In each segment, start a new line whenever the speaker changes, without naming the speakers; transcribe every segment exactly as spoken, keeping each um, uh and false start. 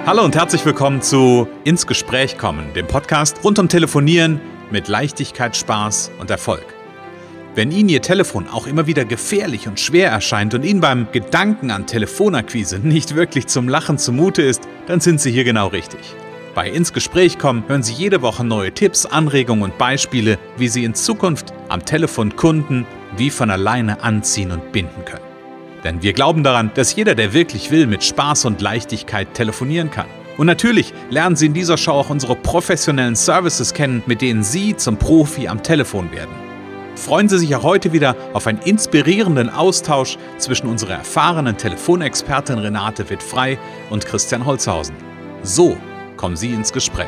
Hallo und herzlich willkommen zu Ins Gespräch kommen, dem Podcast rund um Telefonieren mit Leichtigkeit, Spaß und Erfolg. Wenn Ihnen Ihr Telefon auch immer wieder gefährlich und schwer erscheint und Ihnen beim Gedanken an Telefonakquise nicht wirklich zum Lachen zumute ist, dann sind Sie hier genau richtig. Bei Ins Gespräch kommen hören Sie jede Woche neue Tipps, Anregungen und Beispiele, wie Sie in Zukunft am Telefon Kunden wie von alleine anziehen und binden können. Denn wir glauben daran, dass jeder, der wirklich will, mit Spaß und Leichtigkeit telefonieren kann. Und natürlich lernen Sie in dieser Show auch unsere professionellen Services kennen, mit denen Sie zum Profi am Telefon werden. Freuen Sie sich auch heute wieder auf einen inspirierenden Austausch zwischen unserer erfahrenen Telefonexpertin Renate Witt-Frey und Christian Holzhausen. So kommen Sie ins Gespräch.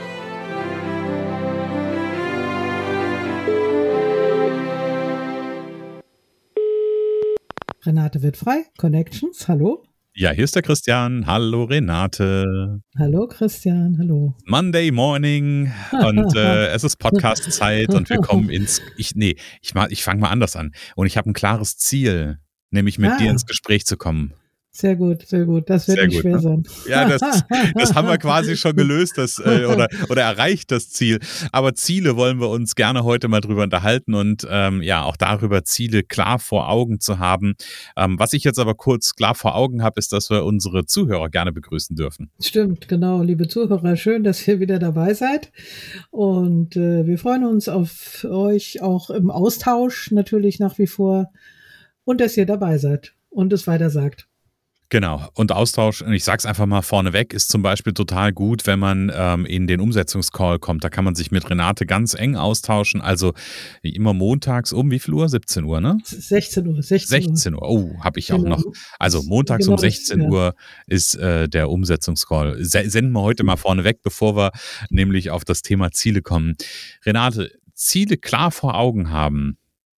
Renate Witt-Frey, Connections, hallo.
Ja, hier ist der Christian. Hallo Renate.
Hallo Christian, hallo.
Monday morning und äh, es ist Podcast-Zeit und wir kommen ins, ich, nee, ich, ich fange mal anders an und ich habe ein klares Ziel, nämlich mit
Ah.
dir ins Gespräch zu kommen.
Sehr gut, sehr gut. Das wird
Sehr
nicht
gut,
schwer
ne?
sein.
Ja, das, das haben wir quasi schon gelöst das, äh, oder, oder erreicht, das Ziel. Aber Ziele wollen wir uns gerne heute mal drüber unterhalten und ähm, ja, auch darüber, Ziele klar vor Augen zu haben. Ähm, was ich jetzt aber kurz klar vor Augen habe, ist, dass wir unsere Zuhörer gerne begrüßen dürfen.
Stimmt, genau. Liebe Zuhörer, schön, dass ihr wieder dabei seid. Und äh, wir freuen uns auf euch auch im Austausch natürlich nach wie vor und dass ihr dabei seid und es weiter sagt.
Genau. Und Austausch, ich sag's einfach mal vorneweg, ist zum Beispiel total gut, wenn man ähm, in den Umsetzungscall kommt. Da kann man sich mit Renate ganz eng austauschen. Also wie immer montags um wie viel Uhr? siebzehn Uhr, ne?
sechzehn Uhr.
sechzehn Uhr. Oh, habe ich auch
Genau.
noch. Also montags
Genau
um
das,
sechzehn
ja.
Uhr ist äh, der Umsetzungscall. Se- Senden wir heute mal vorneweg, bevor wir nämlich auf das Thema Ziele kommen. Renate, Ziele klar vor Augen haben.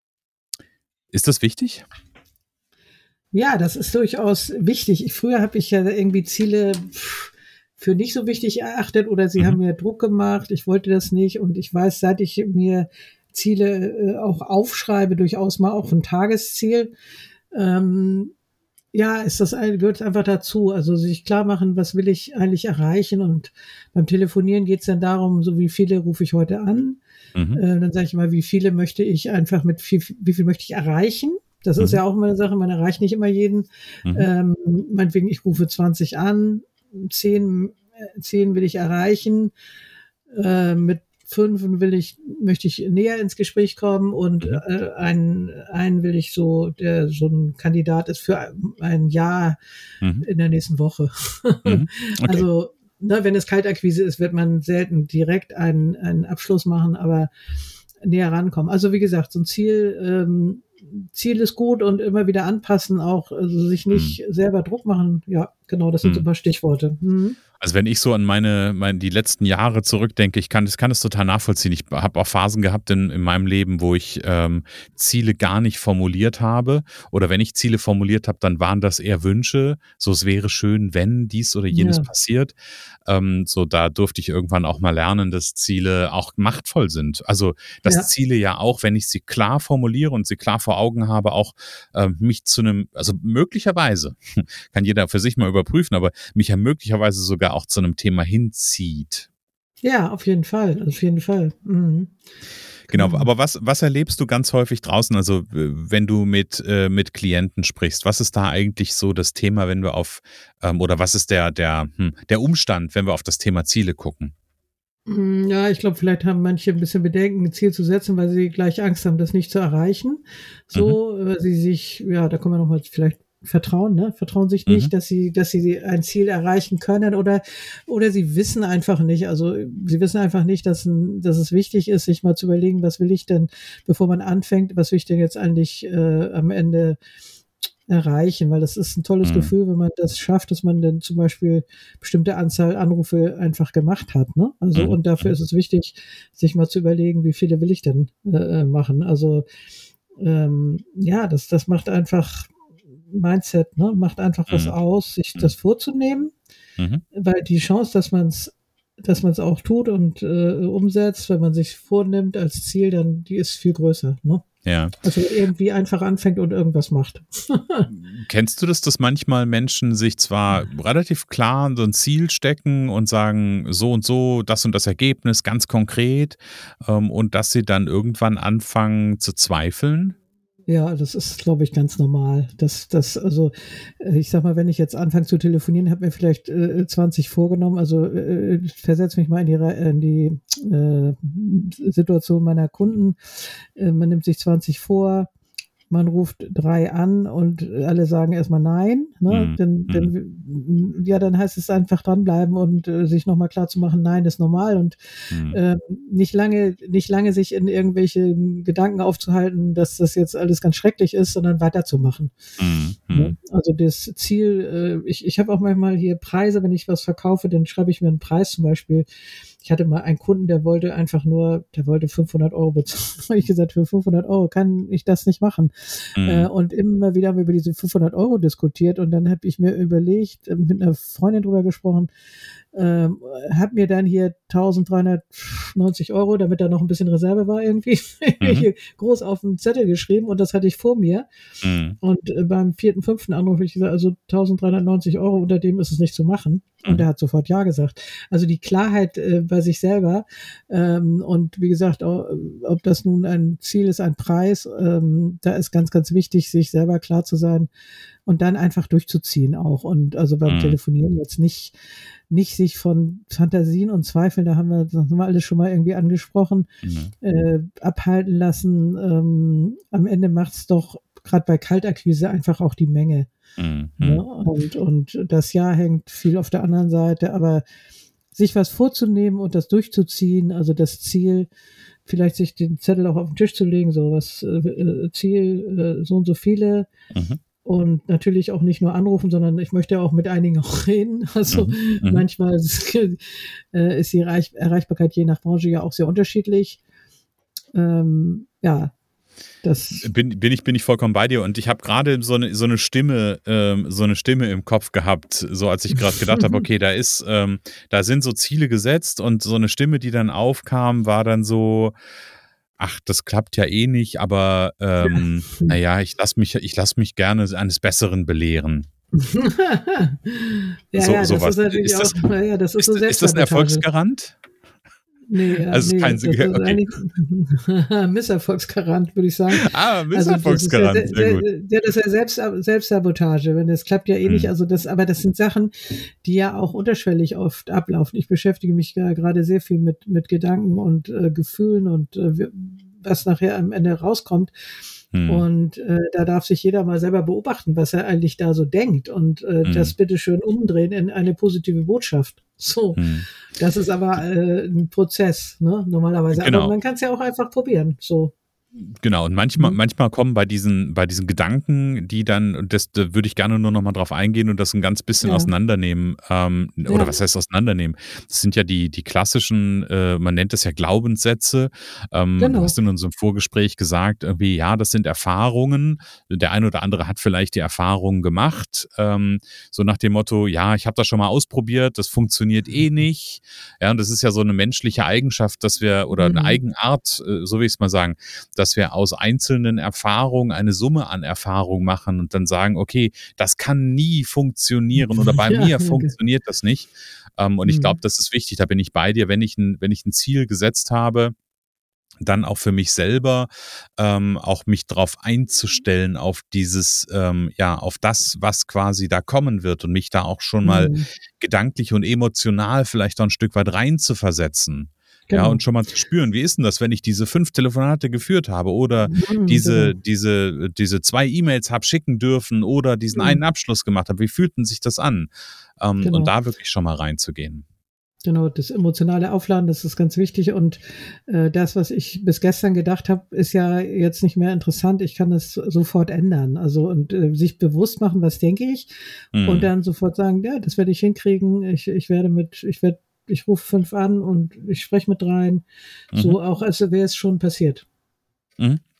Ist das wichtig?
Ja, das ist durchaus wichtig. Ich, früher habe ich ja irgendwie Ziele für nicht so wichtig erachtet oder sie
Mhm.
haben mir Druck gemacht. Ich wollte das nicht und ich weiß, seit ich mir Ziele äh, auch aufschreibe, durchaus mal auch ein Tagesziel, ähm, ja, ist das ein- gehört einfach dazu. Also sich klar machen, was will ich eigentlich erreichen und beim Telefonieren geht es dann darum, so wie viele rufe ich heute an.
Mhm.
Äh, dann sage ich mal, wie viele möchte ich einfach mit viel, wie viel möchte ich erreichen? Das ist
Mhm.
ja auch immer eine Sache, man erreicht nicht immer jeden.
Mhm.
Ähm, meinetwegen, ich rufe zwanzig an, zehn, äh, zehn will ich erreichen, äh, mit fünf will ich, möchte ich näher ins Gespräch kommen und
Mhm.
äh, einen, einen will ich so, der so ein Kandidat ist für ein Jahr
Mhm.
in der nächsten Woche.
Mhm. Okay.
Also, ne, wenn es Kaltakquise ist, wird man selten direkt einen, einen Abschluss machen, aber näher rankommen. Also wie gesagt, so ein Ziel, ähm, Ziel ist gut und immer wieder anpassen, auch also sich nicht selber Druck machen. Ja, genau, das sind so ein
Mhm.
paar Stichworte. Mhm.
Also wenn ich so an meine, meine die letzten Jahre zurückdenke, ich kann das kann das total nachvollziehen. Ich habe auch Phasen gehabt in, in meinem Leben, wo ich ähm, Ziele gar nicht formuliert habe. Oder wenn ich Ziele formuliert habe, dann waren das eher Wünsche. So, es wäre schön, wenn dies oder jenes
Ja.
passiert. Ähm, so, da durfte ich irgendwann auch mal lernen, dass Ziele auch machtvoll sind. Also, dass
Ja.
Ziele ja auch, wenn ich sie klar formuliere und sie klar vor Augen habe, auch ähm, mich zu einem, also möglicherweise, kann jeder für sich mal überprüfen, aber mich ja möglicherweise sogar auch zu einem Thema hinzieht.
Ja, auf jeden Fall, auf jeden Fall. Mhm.
Genau,
Genau.
aber was, was erlebst du ganz häufig draußen, also äh, wenn du mit, äh, mit Klienten sprichst, was ist da eigentlich so das Thema, wenn wir auf, ähm, oder was ist der, der, hm, der Umstand, wenn wir auf das Thema Ziele gucken?
Mm, Ja, ich glaube, vielleicht haben manche ein bisschen Bedenken, ein Ziel zu setzen, weil sie gleich Angst haben, das nicht zu erreichen.
Mhm.
So, äh, sie sich, ja, da kommen wir nochmal vielleicht Vertrauen, ne? Vertrauen sich
Mhm.
nicht, dass sie, dass sie ein Ziel erreichen können oder, oder sie wissen einfach nicht. Also, sie wissen einfach nicht, dass, ein, dass es wichtig ist, sich mal zu überlegen, was will ich denn, bevor man anfängt, was will ich denn jetzt eigentlich äh, am Ende erreichen, weil das ist ein tolles
Mhm.
Gefühl, wenn man das schafft, dass man dann zum Beispiel bestimmte Anzahl Anrufe einfach gemacht hat, ne? Also,
Mhm.
und dafür ist es wichtig, sich mal zu überlegen, wie viele will ich denn äh, machen? Also, ähm, ja, das, das macht einfach Mindset, ne? Macht einfach was
Mhm.
aus, sich
Mhm.
das vorzunehmen,
Mhm.
weil die Chance, dass man es dass man es auch tut und äh, umsetzt, wenn man sich vornimmt als Ziel, dann die ist viel größer, ne?
Ja.
Also irgendwie einfach anfängt und irgendwas macht.
Kennst du das, dass manchmal Menschen sich zwar relativ klar so ein Ziel stecken und sagen, so und so, das und das Ergebnis, ganz konkret, ähm, und dass sie dann irgendwann anfangen zu zweifeln?
Ja, das ist, glaube ich, ganz normal. Das, das, also, äh, ich sag mal, wenn ich jetzt anfange zu telefonieren, habe mir vielleicht äh, zwanzig vorgenommen. Also äh, versetze mich mal in die, Re- in die äh, Situation meiner Kunden. Äh, man nimmt sich zwanzig vor, man ruft drei an und alle sagen erstmal nein, ne?
Mhm.
Dann,
Mhm.
dann, ja, dann heißt es einfach dranbleiben und äh, sich nochmal klar zu machen, nein, ist normal und
Mhm.
äh, nicht lange, nicht lange sich in irgendwelche Gedanken aufzuhalten, dass das jetzt alles ganz schrecklich ist, sondern weiterzumachen.
Mhm.
Ne?
Mhm.
Also das Ziel, äh, ich, ich habe auch manchmal hier Preise, wenn ich was verkaufe, dann schreibe ich mir einen Preis zum Beispiel. Ich hatte mal einen Kunden, der wollte einfach nur, der wollte fünfhundert Euro bezahlen. Habe ich gesagt, für fünfhundert Euro kann ich das nicht machen. Äh,
Mhm.
und immer wieder haben wir über diese fünfhundert Euro diskutiert und dann habe ich mir überlegt, äh, mit einer Freundin drüber gesprochen, ähm, habe mir dann hier eintausenddreihundertneunzig Euro, damit da noch ein bisschen Reserve war irgendwie,
Mhm.
hier groß auf den Zettel geschrieben und das hatte ich vor mir.
Mhm.
Und äh, beim vierten, fünften Anruf habe ich gesagt, also eintausenddreihundertneunzig Euro, unter dem ist es nicht zu machen. Und
Mhm.
er hat sofort Ja gesagt. Also die Klarheit äh, bei sich selber ähm, und wie gesagt, auch, ob das nun ein Ziel ist, ein Preis, ähm, da ist ganz, ganz wichtig, sich selber klar zu sein und dann einfach durchzuziehen auch. Und also beim
Mhm.
Telefonieren jetzt nicht, nicht sich von Fantasien und Zweifeln, da haben wir, das haben wir alles schon mal irgendwie angesprochen,
Mhm.
äh, abhalten lassen. Ähm, am Ende macht's doch gerade bei Kaltakquise einfach auch die Menge.
Mhm.
Ne? Und, und das Jahr hängt viel auf der anderen Seite, aber sich was vorzunehmen und das durchzuziehen, also das Ziel, vielleicht sich den Zettel auch auf den Tisch zu legen, so was äh, Ziel, äh, so und so viele
Mhm.
und natürlich auch nicht nur anrufen, sondern ich möchte auch mit einigen auch reden. Also
Mhm. Mhm.
manchmal ist, äh, ist die Erreich Erreichbarkeit je nach Branche ja auch sehr unterschiedlich. Ähm, ja, das.
Bin, bin ich bin ich vollkommen bei dir und ich habe gerade so eine so eine Stimme ähm, so eine Stimme im Kopf gehabt, so als ich gerade gedacht habe, okay, da ist ähm, da sind so Ziele gesetzt und so eine Stimme, die dann aufkam, war dann so: „Ach, das klappt ja eh nicht, aber, ähm, na ja, ich lasse mich ich lasse mich gerne eines Besseren belehren.“
Ja,
So
ja, das ist
sowas.
natürlich
Ist
auch,
das
ja, das ist so
ist ist das 'n
Selbstsabotage.
Erfolgsgarant?
Nee, ja,
Also, es ist
nee,
kein
das ist
okay.
eigentlich Misserfolgsgarant, würde ich sagen.
Ah,
Also das ist ja
Misserfolgsgarant,
sehr,
sehr
sehr,
gut.
ja, das ist ja Selbst, Selbstsabotage. Wenn das klappt ja eh nicht.
Mhm.
Also das, aber das sind Sachen, die ja auch unterschwellig oft ablaufen. Ich beschäftige mich ja gerade sehr viel mit mit Gedanken und äh, Gefühlen und äh, was nachher am Ende rauskommt.
Mhm.
Und äh, da darf sich jeder mal selber beobachten, was er eigentlich da so denkt und äh, das
Mhm.
bitte schön umdrehen in eine positive Botschaft. So,
Mhm.
das ist aber äh, ein Prozess, ne, normalerweise. Aber
Genau.
man kann es ja auch einfach probieren. So.
Genau, und manchmal
Ne?
manchmal kommen bei diesen bei diesen Gedanken, die dann und das da würde ich gerne nur noch mal drauf eingehen und das ein ganz bisschen
Ja,
auseinandernehmen, ähm, oder
ja.
was heißt auseinandernehmen? Das sind ja die die klassischen, äh, man nennt das ja Glaubenssätze. Ähm, du hast
Genau.
in unserem Vorgespräch gesagt, irgendwie, ja, das sind Erfahrungen. Der eine oder andere hat vielleicht die Erfahrungen gemacht, ähm, so nach dem Motto: „Ja, ich habe das schon mal ausprobiert, das funktioniert eh nicht.“ Ja, und das ist ja so eine menschliche Eigenschaft, dass wir oder eine
Mhm.
Eigenart, äh, so will ich's mal sagen, dass wir aus einzelnen Erfahrungen eine Summe an Erfahrungen machen und dann sagen, okay, das kann nie funktionieren oder bei
Ja,
mir
danke.
funktioniert das nicht. Ähm, und ich glaube,
Mhm.
das ist wichtig. Da bin ich bei dir, wenn ich ein, wenn ich ein Ziel gesetzt habe, dann auch für mich selber ähm, auch mich darauf einzustellen, auf dieses, ähm, ja, auf das, was quasi da kommen wird und mich da auch schon mal
Mhm.
gedanklich und emotional vielleicht auch ein Stück weit rein zu versetzen. Ja, und
Genau.
schon mal zu spüren, wie ist denn das, wenn ich diese fünf Telefonate geführt habe oder
Mhm,
diese,
genau.
diese, diese zwei E-Mails habe schicken dürfen oder diesen
Mhm.
einen Abschluss gemacht habe, wie fühlten sich das an? Ähm, und
Genau.
da wirklich schon mal reinzugehen.
Genau, das emotionale Aufladen, das ist ganz wichtig. Und äh, das, was ich bis gestern gedacht habe, ist ja jetzt nicht mehr interessant. Ich kann das sofort ändern. Also und äh, sich bewusst machen, was denke ich, und
Mhm.
dann sofort sagen, ja, das werde ich hinkriegen. Ich, ich werde mit, ich werde, ich rufe fünf an und ich spreche mit dreien.
Mhm.
So auch, als wäre es schon passiert.
Mhm.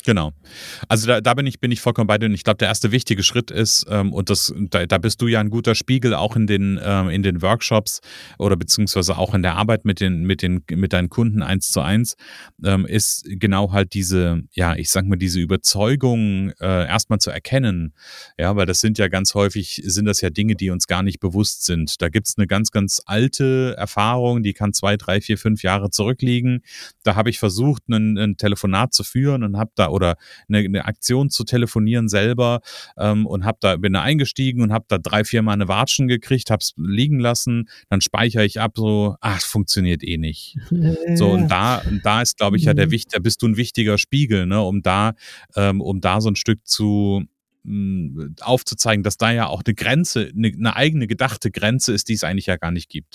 Genau. Also da, da bin ich bin ich vollkommen bei dir und ich glaube, der erste wichtige Schritt ist, ähm, und das da, da bist du ja ein guter Spiegel auch in den ähm, in den Workshops oder beziehungsweise auch in der Arbeit mit den mit den mit deinen Kunden eins zu eins, ähm, ist genau halt diese, ja, ich sag mal, diese Überzeugung äh, erstmal zu erkennen, ja, weil das sind ja ganz häufig sind das ja Dinge, die uns gar nicht bewusst sind. Da gibt's eine ganz ganz alte Erfahrung, die kann zwei, drei, vier, fünf Jahre zurückliegen. Da habe ich versucht, ein, ein Telefonat zu führen und habe da oder eine, eine Aktion zu telefonieren selber ähm, und hab da bin da eingestiegen und habe da drei, vier Mal eine Watschen gekriegt, habe es liegen lassen, dann speichere ich ab, so, ach, funktioniert eh nicht. So, und
Ja.
da, und da ist, glaube ich, ja der
Mhm.
wichtig, da bist du ein wichtiger Spiegel, ne, um da, ähm, um da so ein Stück zu mh, aufzuzeigen, dass da ja auch eine Grenze, eine, eine eigene gedachte Grenze ist, die es eigentlich ja gar nicht gibt.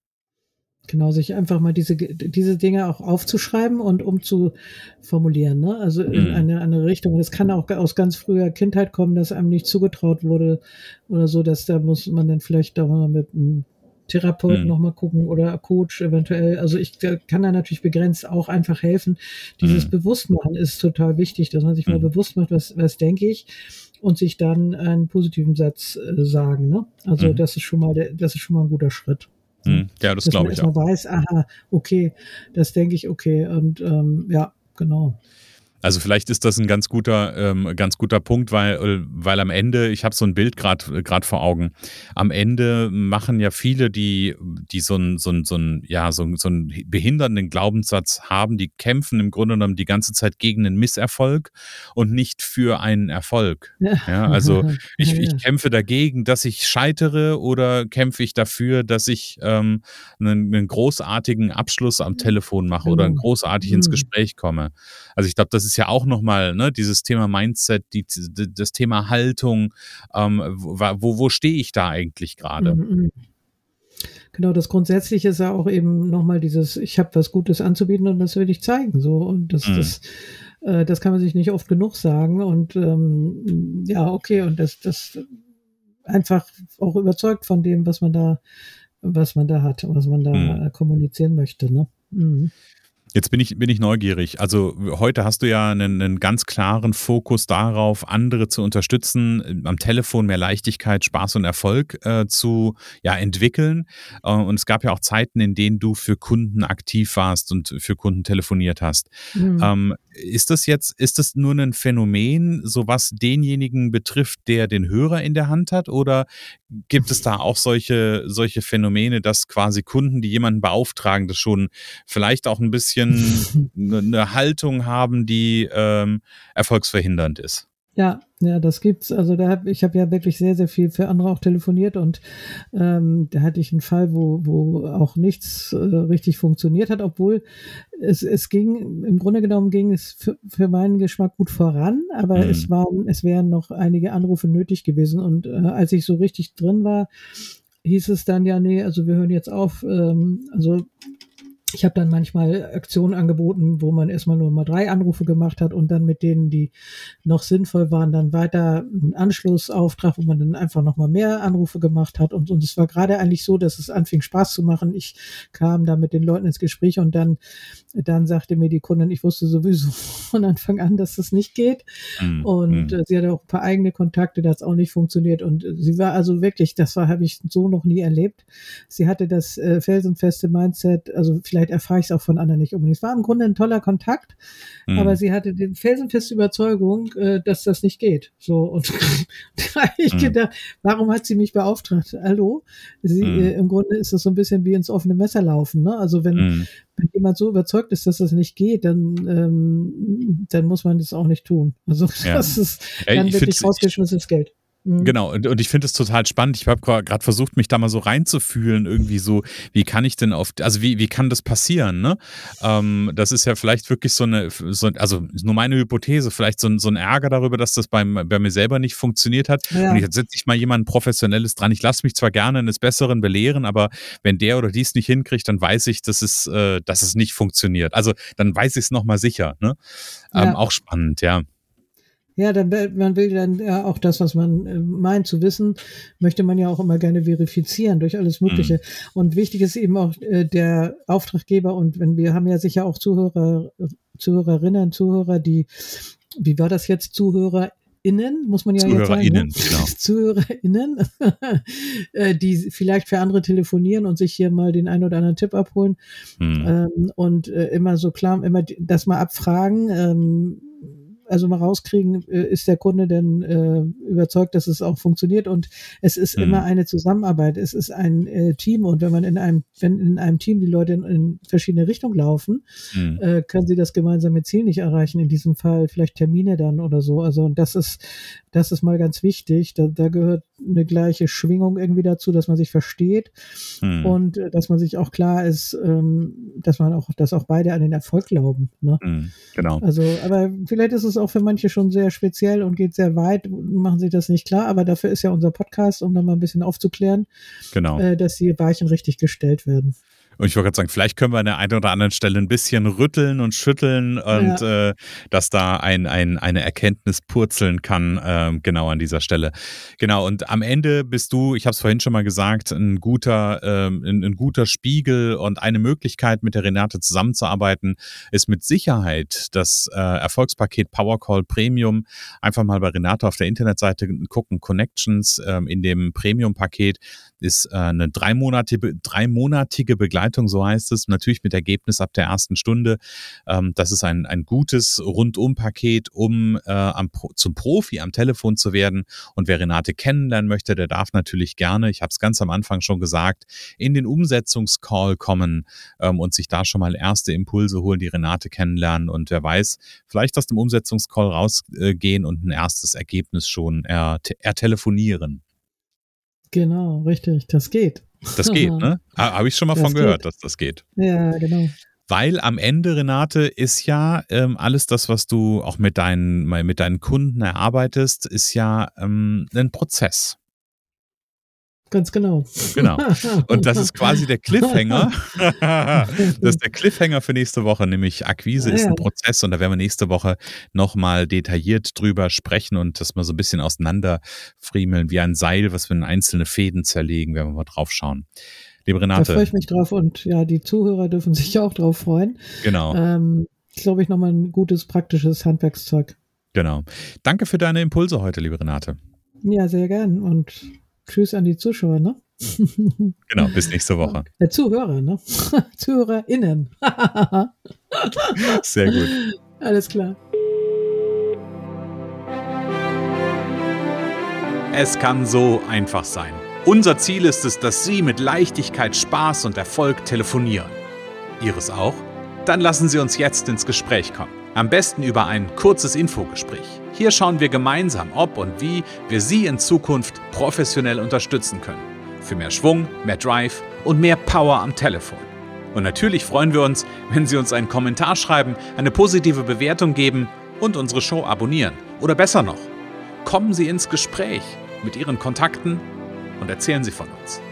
Genau, sich einfach mal diese, diese Dinge auch aufzuschreiben und umzuformulieren, ne? Also in
Mhm.
eine, eine Richtung. Das kann auch aus ganz früher Kindheit kommen, dass einem nicht zugetraut wurde oder so, dass da muss man dann vielleicht auch mal mit einem Therapeuten
Mhm.
nochmal gucken oder Coach eventuell. Also ich kann da natürlich begrenzt auch einfach helfen. Dieses
Mhm.
Bewusstmachen ist total wichtig, dass man sich mal
Mhm.
bewusst macht, was, was denke ich und sich dann einen positiven Satz äh, sagen, ne? Also
Mhm.
das ist schon mal der, das ist schon mal ein guter Schritt. So,
Mhm. Ja, das
dass man
glaube ich auch.
erstmal weiß, aha, okay, das denke ich, okay. Und ähm, ja, genau.
Also vielleicht ist das ein ganz guter ähm, ganz guter Punkt, weil äh, weil am Ende, ich habe so ein Bild gerade gerade vor Augen. Am Ende machen ja viele, die die so 'n so 'n so 'n ja, so 'n so 'n behindernden Glaubenssatz haben, die kämpfen im Grunde genommen die ganze Zeit gegen 'nen Misserfolg und nicht für einen Erfolg.
Ja,
Ja, also
ja,
ich ich
ja.
kämpfe dagegen, dass ich scheitere oder kämpfe ich dafür, dass ich, ähm, 'nen 'nen großartigen Abschluss am Telefon mache oder
Genau.
großartig ins
Mhm.
Gespräch komme. Also ich glaube, das ist ja auch nochmal, ne, dieses Thema Mindset, die, die, das Thema Haltung, ähm, wo, wo stehe ich da eigentlich gerade?
Mhm, mhm. Genau, das Grundsätzliche ist ja auch eben nochmal dieses, ich habe was Gutes anzubieten und das will ich zeigen. So, und das,
Mhm.
das, äh, das kann man sich nicht oft genug sagen. Und ähm, ja, okay, und das, das einfach auch überzeugt von dem, was man da, was man da hat, was man
Mhm.
da äh, kommunizieren möchte. Ne? Mhm.
Jetzt bin ich, bin ich neugierig. Also heute hast du ja einen, einen ganz klaren Fokus darauf, andere zu unterstützen, äh, am Telefon mehr Leichtigkeit, Spaß und Erfolg äh, zu ja, entwickeln. Äh, und es gab ja auch Zeiten, in denen du für Kunden aktiv warst und für Kunden telefoniert hast.
Mhm.
Ähm, ist das jetzt, ist das nur ein Phänomen, so was denjenigen betrifft, der den Hörer in der Hand hat? Oder gibt es da auch solche, solche Phänomene, dass quasi Kunden, die jemanden beauftragen, das schon vielleicht auch ein bisschen eine 'ne Haltung haben, die, ähm, erfolgsverhindernd ist?
Ja, ja, das gibt's. Also da habe ich habe ja wirklich sehr, sehr viel für andere auch telefoniert und ähm, da hatte ich einen Fall, wo wo auch nichts äh, richtig funktioniert hat, obwohl es es ging im Grunde genommen ging es für für meinen Geschmack gut voran, aber es
Mhm.
waren es wären noch einige Anrufe nötig gewesen und, äh, als ich so richtig drin war, hieß es dann: „Ja, ne, also wir hören jetzt auf, ähm, also ich habe dann manchmal Aktionen angeboten, wo man erstmal nur mal drei Anrufe gemacht hat und dann mit denen, die noch sinnvoll waren, dann weiter 'n Anschlussauftrag, wo man dann einfach noch mal mehr Anrufe gemacht hat und und es war grade eigentlich so, dass es anfing Spaß zu machen. Ich kam da mit den Leuten ins Gespräch und dann dann sagte mir die Kundin, ich wusste sowieso von Anfang an, dass das nicht geht
Mhm.
und,
Mhm.
äh, sie hatte auch 'n paar eigene Kontakte, da hat's auch nicht funktioniert und äh, sie war also wirklich, das war habe ich so noch nie erlebt. Sie hatte das, äh, felsenfeste Mindset, also vielleicht erfahre ich's auch von anderen nicht unbedingt. Es war im Grunde 'n toller Kontakt, aber
Mhm.
sie hatte die felsenfeste Überzeugung, äh, dass das nicht geht. So und da habe ich
Mhm.
gedacht: „Warum hat sie mich beauftragt? Hallo?“ Sie
Mhm.
äh, im Grunde ist das so 'n bisschen wie ins offene Messer laufen, ne? Also, wenn
Mhm.
wenn jemand so überzeugt ist, dass das nicht geht, dann ähm, dann muss man das auch nicht tun. Also,
Ja.
das ist
Ja,
dann
ich finde
wirklich
es ich
rausgeschmissenes Geld. Mhm.
genau, und und ich finde es total spannend. Ich habe gerade versucht, mich da mal so reinzufühlen, irgendwie so, wie kann ich denn auf also, wie wie kann das passieren, ne? Ähm, das ist ja vielleicht wirklich so eine so also, ist nur meine Hypothese, vielleicht so ein so 'n Ärger darüber, dass das beim bei mir selber nicht funktioniert hat. Und
Ja,
jetzt setze ich mal jemanden Professionelles dran. Ich lasse mich zwar gerne eines Besseren belehren, aber wenn der oder die's nicht hinkriegt, dann weiß ich, dass es äh, dass es nicht funktioniert. Also, dann weiß ich's noch mal sicher, ne? Ähm,
ja.
auch spannend, ja.
Ja, dann will man will dann ja auch das, was man, äh, meint zu wissen, möchte man ja auch immer gerne verifizieren durch alles
Mhm.
Mögliche. Und wichtig ist eben auch, äh, der Auftraggeber und wenn wir haben ja sicher auch Zuhörer Zuhörerinnen, Zuhörer, die wie war das jetzt, ZuhörerInnen, muss man ja jetzt sagen.
ZuhörerInnen,
Ne?
genau.
ZuhörerInnen, äh, die vielleicht für andere telefonieren und sich hier mal den einen oder anderen Tipp abholen. Hm. Ähm, und äh, immer so klar, immer das mal abfragen, ähm, also mal rauskriegen, ist der Kunde denn äh, überzeugt, dass es auch funktioniert, und es ist hm. immer eine Zusammenarbeit, es ist ein äh, Team, und wenn man in einem, wenn in einem Team die Leute in, in verschiedene Richtungen laufen, hm. äh, können sie das gemeinsame Ziel nicht erreichen, in diesem Fall vielleicht Termine dann oder so, also und das ist, das ist mal ganz wichtig, da, da gehört eine gleiche Schwingung irgendwie dazu, dass man sich versteht hm. und äh, dass man sich auch klar ist, ähm, dass man auch, dass auch beide an den Erfolg glauben, ne?
Hm. Genau.
Also, aber vielleicht ist es auch für manche schon sehr speziell und geht sehr weit, machen sich das nicht klar, aber dafür ist ja unser Podcast, um dann mal ein bisschen aufzuklären,
genau.
äh, dass die Weichen richtig gestellt werden.
Und ich wollte gerade sagen, vielleicht können wir an der einen oder anderen Stelle ein bisschen rütteln und schütteln und ja. äh, dass da ein, ein, eine Erkenntnis purzeln kann, äh, genau an dieser Stelle. Genau, und am Ende bist du, ich habe es vorhin schon mal gesagt, ein guter, äh, ein, ein guter Spiegel, und eine Möglichkeit, mit der Renate zusammenzuarbeiten, ist mit Sicherheit das äh, Erfolgspaket Powercall Premium. Einfach mal bei Renate auf der Internetseite gucken, Connections. Äh, in dem Premium-Paket ist äh, eine dreimonatige, dreimonatige Begleitung, so heißt es, natürlich mit Ergebnis ab der ersten Stunde. Ähm, das ist ein, ein gutes Rundum-Paket, um äh, am, zum Profi am Telefon zu werden. Und wer Renate kennenlernen möchte, der darf natürlich gerne, ich habe es ganz am Anfang schon gesagt, in den Umsetzungscall kommen ähm, und sich da schon mal erste Impulse holen, die Renate kennenlernen. Und wer weiß, vielleicht aus dem Umsetzungscall rausgehen und ein erstes Ergebnis schon er, er telefonieren.
Genau, richtig, das geht.
Das geht, ne? Habe ich schon mal das von gehört, geht. Dass das geht.
Ja, genau.
Weil am Ende, Renate, ist ja ähm, alles das, was du auch mit deinen, mit deinen Kunden erarbeitest, ist ja ähm, ein Prozess.
Ganz genau.
Genau. Und das ist quasi der Cliffhanger. Das ist der Cliffhanger für nächste Woche, nämlich Akquise ist ein Prozess, und da werden wir nächste Woche nochmal detailliert drüber sprechen und das mal so ein bisschen auseinanderfriemeln, wie ein Seil, was wir in einzelne Fäden zerlegen, werden wir mal drauf schauen. Liebe Renate.
Da freue ich mich drauf, und ja, die Zuhörer dürfen sich auch drauf freuen.
Genau.
Ähm, ist, glaube ich, nochmal ein gutes, praktisches Handwerkszeug.
Genau. Danke für deine Impulse heute, liebe Renate.
Ja, sehr gern, und tschüss an die Zuschauer, ne?
Genau, bis nächste Woche.
Der Zuhörer, ne? ZuhörerInnen.
Sehr gut.
Alles klar.
Es kann so einfach sein. Unser Ziel ist es, dass Sie mit Leichtigkeit, Spaß und Erfolg telefonieren. Ihres auch? Dann lassen Sie uns jetzt ins Gespräch kommen. Am besten über ein kurzes Infogespräch. Hier schauen wir gemeinsam, ob und wie wir Sie in Zukunft professionell unterstützen können. Für mehr Schwung, mehr Drive und mehr Power am Telefon. Und natürlich freuen wir uns, wenn Sie uns einen Kommentar schreiben, eine positive Bewertung geben und unsere Show abonnieren. Oder besser noch, kommen Sie ins Gespräch mit Ihren Kontakten und erzählen Sie von uns.